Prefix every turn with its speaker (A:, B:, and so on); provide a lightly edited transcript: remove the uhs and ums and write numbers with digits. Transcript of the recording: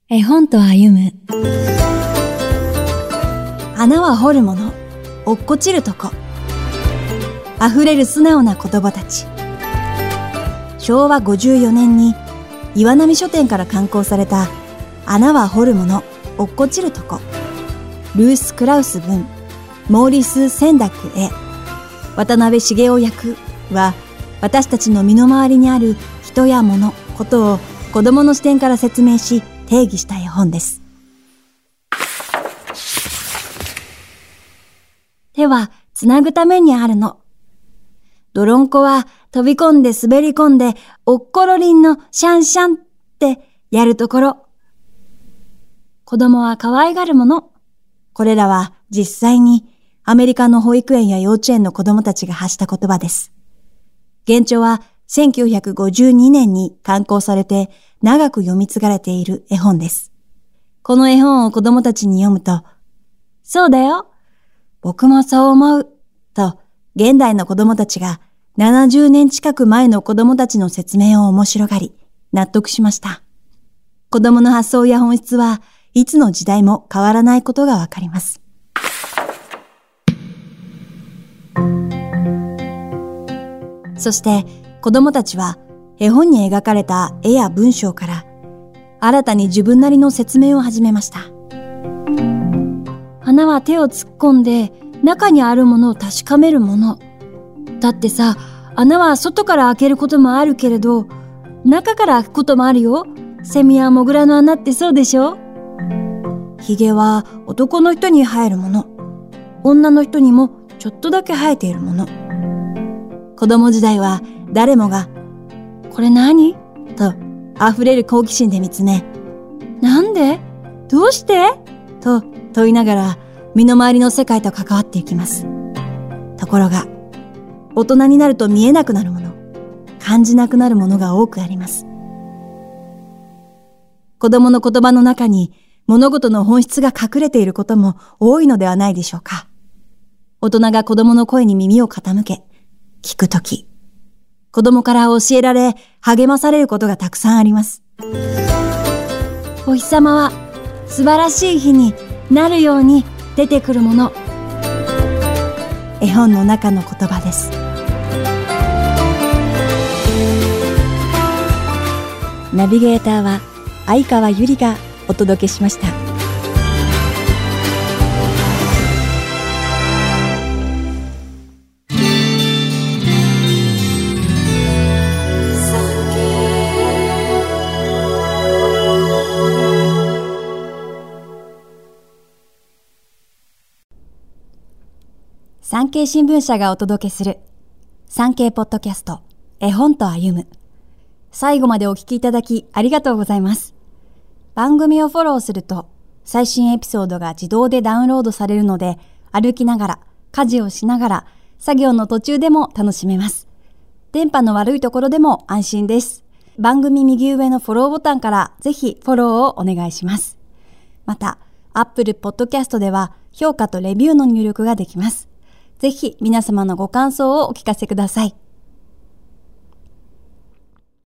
A: 絵本と歩む。穴は掘るもの、落っこちるとこ。溢れる素直な言葉たち。昭和54年に岩波書店から刊行された穴は掘るもの、落っこちるとこ。ルース・クラウス文、モーリス・センダック絵、渡辺茂雄役は、私たちの身の回りにある人や物、ことを子供の視点から説明し定義した絵本です。手はつなぐためにあるの。泥んこは飛び込んで滑り込んでおっころりんのシャンシャンってやるところ。子供は可愛がるもの。これらは実際にアメリカの保育園や幼稚園の子供たちが発した言葉です。原著は1952年に刊行されて長く読み継がれている絵本です。この絵本を子供たちに読むと、そうだよ、僕もそう思う、と現代の子供たちが70年近く前の子供たちの説明を面白がり、納得しました。子供の発想や本質はいつの時代も変わらないことがわかります。そして子供たちは絵本に描かれた絵や文章から新たに自分なりの説明を始めました。穴は手を突っ込んで中にあるものを確かめるもの。だってさ、穴は外から開けることもあるけれど、中から開くこともあるよ。セミやモグラの穴ってそうでしょ？ヒゲは男の人に生えるもの。女の人にもちょっとだけ生えているもの。子供時代は誰もが、これ何？と溢れる好奇心で見つめ、なんで？どうして？と問いながら身の回りの世界と関わっていきます。ところが、大人になると見えなくなるもの、感じなくなるものが多くあります。子供の言葉の中に物事の本質が隠れていることも多いのではないでしょうか。大人が子供の声に耳を傾け、聞くとき、子供から教えられ、励まされることがたくさんあります。お日様は素晴らしい日になるように出てくるもの。絵本の中の言葉です。ナビゲーターは相川ゆりがお届けしました。産経新聞社がお届けする産経ポッドキャスト絵本と歩む。最後までお聞きいただきありがとうございます。番組をフォローすると最新エピソードが自動でダウンロードされるので、歩きながら、家事をしながら、作業の途中でも楽しめます。電波の悪いところでも安心です。番組右上のフォローボタンからぜひフォローをお願いします。また、Apple Podcast では評価とレビューの入力ができます。ぜひ皆様のご感想をお聞かせください。